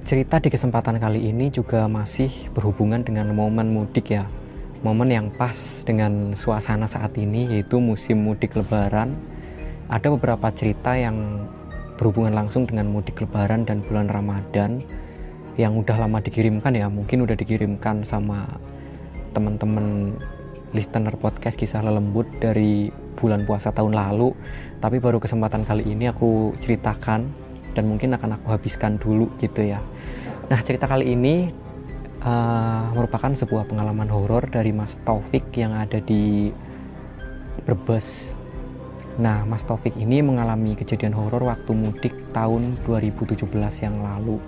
Cerita di kesempatan kali ini juga masih berhubungan dengan momen mudik ya. Momen yang pas dengan suasana saat ini, yaitu musim mudik lebaran. Ada beberapa cerita yang berhubungan langsung dengan mudik lebaran dan bulan Ramadan yang udah lama dikirimkan ya. Mungkin udah dikirimkan sama teman-teman listener podcast Kisah Lelembut dari bulan puasa tahun lalu. Tapi baru kesempatan kali ini aku ceritakan dan mungkin akan aku habiskan dulu gitu ya. Nah, cerita kali ini merupakan sebuah pengalaman horor dari Mas Taufik yang ada di Brebes. Nah, Mas Taufik ini mengalami kejadian horor waktu mudik tahun 2017 yang lalu.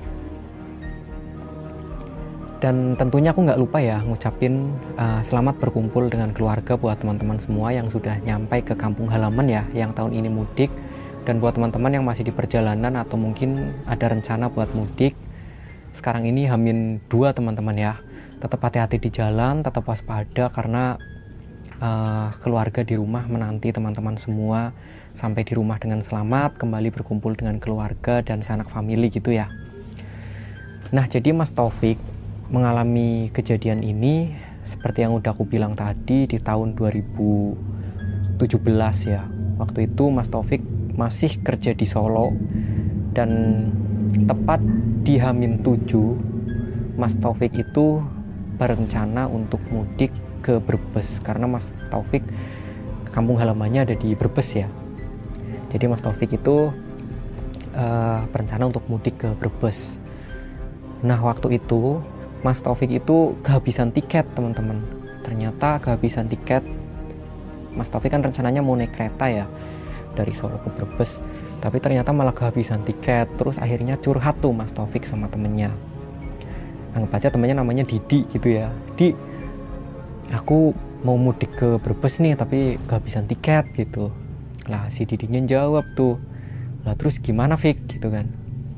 Dan tentunya aku nggak lupa ya ngucapin selamat berkumpul dengan keluarga buat teman-teman semua yang sudah nyampai ke kampung halaman ya, yang tahun ini mudik. Dan buat teman-teman yang masih di perjalanan atau mungkin ada rencana buat mudik, sekarang ini H-2 teman-teman ya. Tetap hati-hati di jalan, tetap waspada karena keluarga di rumah menanti teman-teman semua sampai di rumah dengan selamat, kembali berkumpul dengan keluarga dan sanak famili gitu ya. Nah, jadi Mas Taufik mengalami kejadian ini seperti yang udah aku bilang tadi di tahun 2017 ya. Waktu itu Mas Taufik masih kerja di Solo dan tepat di H-7 Mas Taufik itu berencana untuk mudik ke Brebes karena Mas Taufik kampung halamannya ada di Brebes ya. Jadi Mas Taufik itu berencana untuk mudik ke Brebes. Nah, waktu itu Mas Taufik itu kehabisan tiket teman-teman. Ternyata kehabisan tiket. Mas Taufik kan rencananya mau naik kereta ya dari Solo ke Brebes, tapi ternyata malah kehabisan tiket. Terus akhirnya curhat tuh Mas Taufik sama temennya. Anggap aja temennya namanya Didi gitu ya. Di, aku mau mudik ke Brebes nih tapi kehabisan tiket gitu. Lah si Didinya jawab tuh, lah terus gimana Fik gitu kan.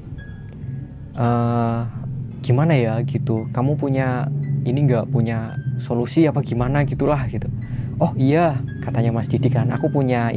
Gimana ya gitu, kamu punya ini nggak, punya solusi apa gimana gitulah gitu. Oh iya, katanya Mas Didi kan, aku punya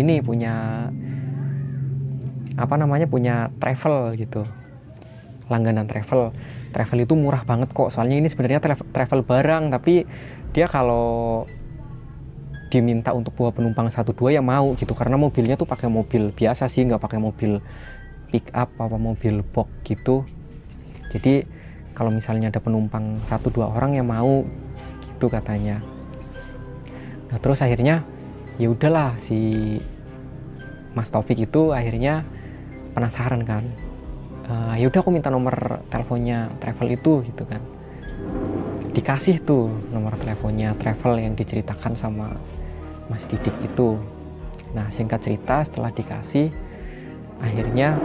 punya travel gitu, langganan travel itu murah banget kok. Soalnya ini sebenarnya travel barang, tapi dia kalau diminta untuk bawa penumpang 1-2 ya mau gitu, karena mobilnya tuh pakai mobil biasa sih, nggak pakai mobil pick up apa mobil box gitu. Jadi kalau misalnya ada penumpang 1-2 orang ya mau gitu katanya. Nah, terus akhirnya ya udahlah, si Mas Taufik itu akhirnya penasaran kan. Ya udah aku minta nomor teleponnya travel itu gitu kan. Dikasih tuh nomor teleponnya travel yang diceritakan sama Mas Didik itu. Nah, singkat cerita setelah dikasih, akhirnya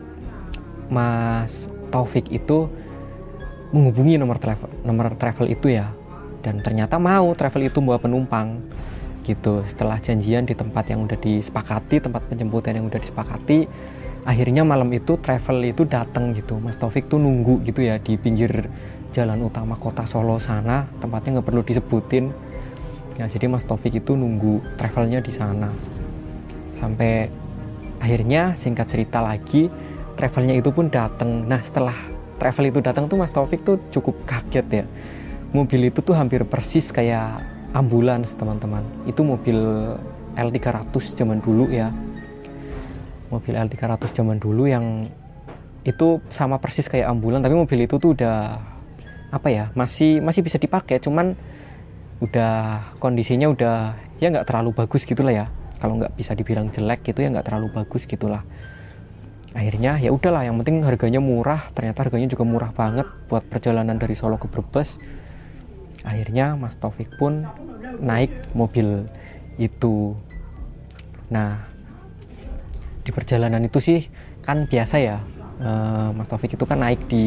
Mas Taufik itu menghubungi nomor travel itu ya, dan ternyata mau travel itu bawa penumpang gitu. Setelah janjian di tempat yang udah disepakati, tempat penjemputan yang udah disepakati, akhirnya malam itu travel itu datang gitu. Mas Taufik tuh nunggu gitu ya di pinggir jalan utama kota Solo sana, tempatnya nggak perlu disebutin. Nah, jadi Mas Taufik itu nunggu travelnya di sana sampai akhirnya, singkat cerita lagi, travelnya itu pun datang. Nah, setelah travel itu datang tuh Mas Taufik tuh cukup kaget ya. Mobil itu tuh hampir persis kayak ambulans teman-teman. Itu mobil L300 zaman dulu ya. Mobil L300 zaman dulu yang itu sama persis kayak ambulans, tapi mobil itu tuh udah apa ya, masih bisa dipakai, cuman udah kondisinya udah ya nggak terlalu bagus gitulah ya. Kalau nggak bisa dibilang jelek gitu ya, nggak terlalu bagus gitulah. Akhirnya ya udahlah, yang penting harganya murah. Ternyata harganya juga murah banget buat perjalanan dari Solo ke Brebes. Akhirnya Mas Taufik pun naik mobil itu. Nah, di perjalanan itu sih kan biasa ya, Mas Taufik itu kan naik di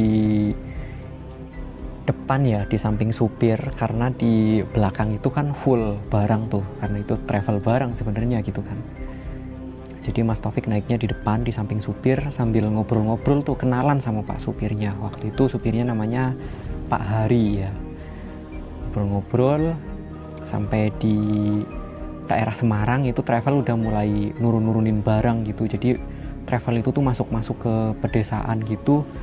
depan ya, di samping supir, karena di belakang itu kan full barang tuh, karena itu travel barang sebenarnya gitu kan. Jadi Mas Taufik naiknya di depan, di samping supir, sambil ngobrol-ngobrol tuh, kenalan sama Pak supirnya. Waktu itu supirnya namanya Pak Hari ya. Ngobrol-ngobrol sampai di daerah Semarang itu travel udah mulai nurun-nurunin barang gitu. Jadi travel itu tuh masuk ke pedesaan gitu.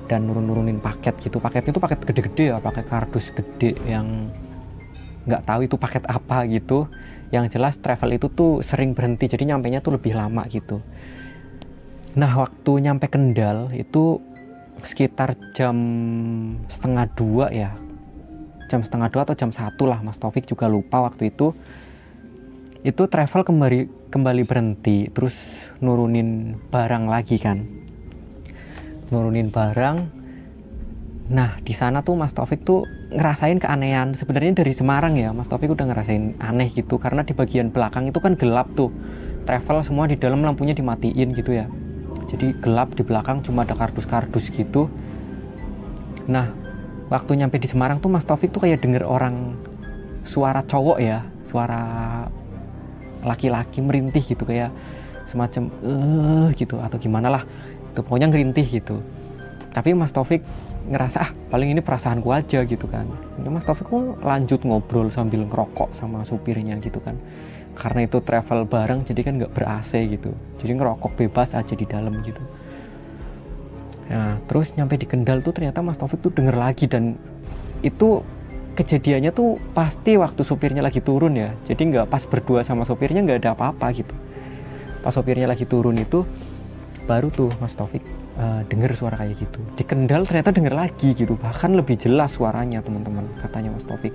dan nurunin paket gitu. Paketnya itu paket gede-gede ya, pakai kardus gede yang nggak tahu itu paket apa gitu. Yang jelas travel itu tuh sering berhenti, jadi nyampainya tuh lebih lama gitu. Nah, waktu nyampe Kendal itu sekitar jam 1:30 ya, jam 1:30 atau jam 1 lah, Mas Taufik juga lupa waktu itu travel kembali berhenti, terus nurunin barang lagi kan, nurunin barang. Nah, di sana tuh Mas Taufik tuh ngerasain keanehan. Sebenarnya dari Semarang ya, Mas Taufik udah ngerasain aneh gitu, karena di bagian belakang itu kan gelap tuh. Travel semua di dalam lampunya dimatiin gitu ya. Jadi gelap, di belakang cuma ada kardus-kardus gitu. Nah, waktu nyampe di Semarang tuh Mas Taufik tuh kayak denger orang, suara cowok ya, suara laki-laki merintih gitu, kayak semacam gitu atau gimana lah. Itu pokoknya ngerintih gitu. Tapi Mas Taufik ngerasa paling ini perasaanku aja gitu kan. Jadi Mas Taufik pun lanjut ngobrol sambil ngerokok sama supirnya gitu kan. Karena itu travel bareng jadi kan nggak ber-AC gitu. Jadi ngerokok bebas aja di dalam gitu. Nah, terus nyampe di Kendal tuh ternyata Mas Taufik tuh denger lagi, dan itu kejadiannya tuh pasti waktu supirnya lagi turun ya. Jadi nggak pas berdua sama supirnya nggak ada apa-apa gitu. Pas supirnya lagi turun itu baru tuh Mas Taufik denger suara kayak gitu. Di Kendal ternyata denger lagi gitu, bahkan lebih jelas suaranya teman-teman, katanya Mas Taufik.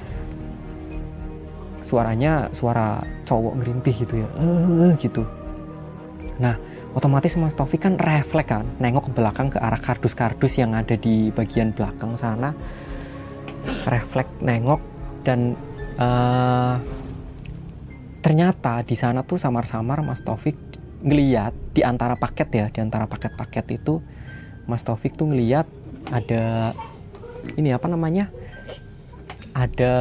Suaranya suara cowok ngerintih gitu ya, gitu. Nah, otomatis Mas Taufik kan refleks kan, nengok ke belakang ke arah kardus-kardus yang ada di bagian belakang sana. Refleks nengok, dan ternyata di sana tuh samar-samar Mas Taufik ngeliat di antara paket ya, di antara paket-paket itu Mas Taufik tuh ngeliat ada ini apa namanya, ada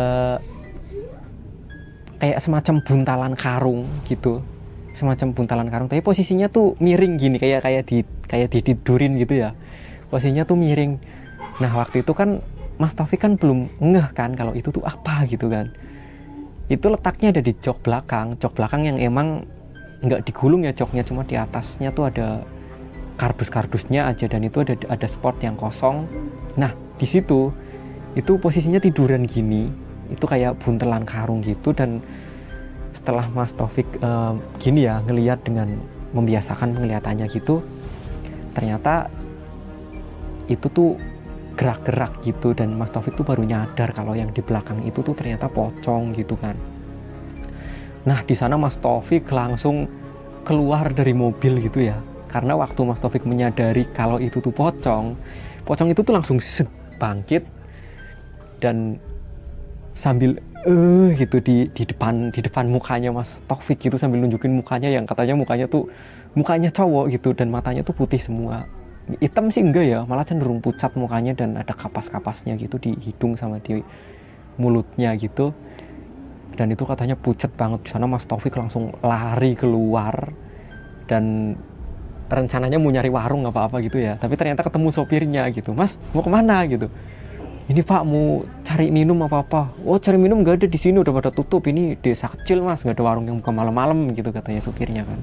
kayak semacam buntalan karung gitu, semacam buntalan karung, tapi posisinya tuh miring gini, kayak ditidurin gitu ya, posisinya tuh miring. Nah, waktu itu kan Mas Taufik kan belum ngeh kan kalau itu tuh apa gitu kan. Itu letaknya ada di jok belakang yang emang nggak digulung ya joknya, cuma di atasnya tuh ada kardus-kardusnya aja, dan itu ada spot yang kosong. Nah, di situ itu posisinya tiduran gini, itu kayak buntelan karung gitu. Dan setelah Mas Taufik gini ya, ngelihat dengan membiasakan penglihatannya gitu, ternyata itu tuh gerak-gerak gitu, dan Mas Taufik tuh baru nyadar kalau yang di belakang itu tuh ternyata pocong gitu kan. Nah, di sana Mas Taufik langsung keluar dari mobil gitu ya, karena waktu Mas Taufik menyadari kalau itu tuh pocong itu tuh langsung bangkit dan sambil gitu di depan mukanya Mas Taufik gitu, sambil nunjukin mukanya yang katanya mukanya cowok gitu, dan matanya tuh putih semua. Hitam sih enggak ya, malah cenderung pucat mukanya, dan ada kapas-kapasnya gitu di hidung sama di mulutnya gitu. Dan itu katanya pucat banget. Di sana Mas Taufik langsung lari keluar, dan rencananya mau nyari warung apa-apa gitu ya, tapi ternyata ketemu sopirnya gitu. Mas, mau kemana gitu? Ini Pak, mau cari minum apa-apa. Oh, cari minum nggak ada di sini, udah pada tutup. Ini desa kecil Mas, nggak ada warung yang buka malam-malam gitu, katanya supirnya kan.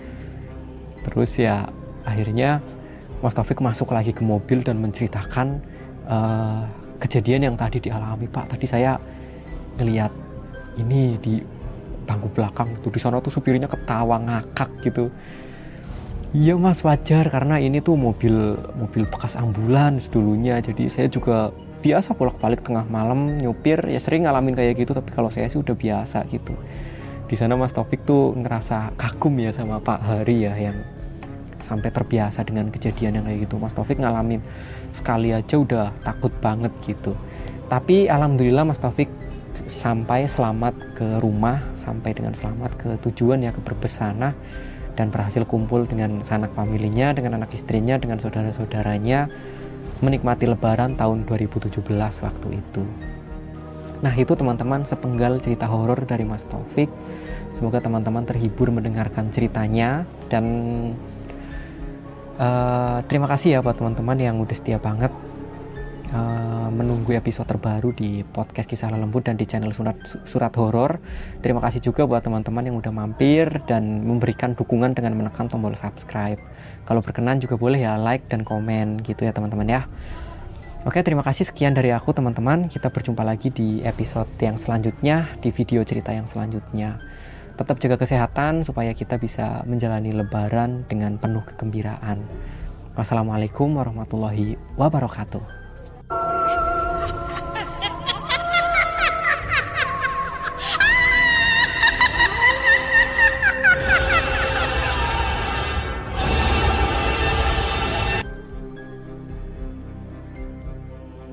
Terus ya akhirnya Mas Taufik masuk lagi ke mobil dan menceritakan kejadian yang tadi dialami. Pak, tadi saya ngelihat ini di bangku belakang tuh, di sana tuh supirnya ketawa ngakak gitu. Iya Mas, wajar karena ini tuh mobil bekas ambulans dulunya, jadi saya juga biasa bolak-balik tengah malam nyupir, ya sering ngalamin kayak gitu, tapi kalau saya sih udah biasa gitu. Di sana Mas Taufik tuh ngerasa kagum ya sama Pak Hari ya, yang sampai terbiasa dengan kejadian yang kayak gitu. Mas Taufik ngalamin sekali aja udah takut banget gitu. Tapi alhamdulillah Mas Taufik sampai selamat ke rumah, sampai dengan selamat ke tujuan ya, ke Brebes sana, dan berhasil kumpul dengan sanak familinya, dengan anak istrinya, dengan saudara-saudaranya, menikmati lebaran tahun 2017 waktu itu. Nah, itu teman-teman sepenggal cerita horor dari Mas Taufik. Semoga teman-teman terhibur mendengarkan ceritanya, dan terima kasih ya buat teman-teman yang udah setia banget menunggu episode terbaru di podcast Kisah Lembut dan di channel Surat Horor. Terima kasih juga buat teman-teman yang udah mampir dan memberikan dukungan dengan menekan tombol subscribe. Kalau berkenan juga boleh ya like dan komen gitu ya teman-teman ya. Oke, terima kasih, sekian dari aku teman-teman. Kita berjumpa lagi di episode yang selanjutnya, di video cerita yang selanjutnya. Tetap jaga kesehatan supaya kita bisa menjalani lebaran dengan penuh kegembiraan. Wassalamualaikum warahmatullahi wabarakatuh.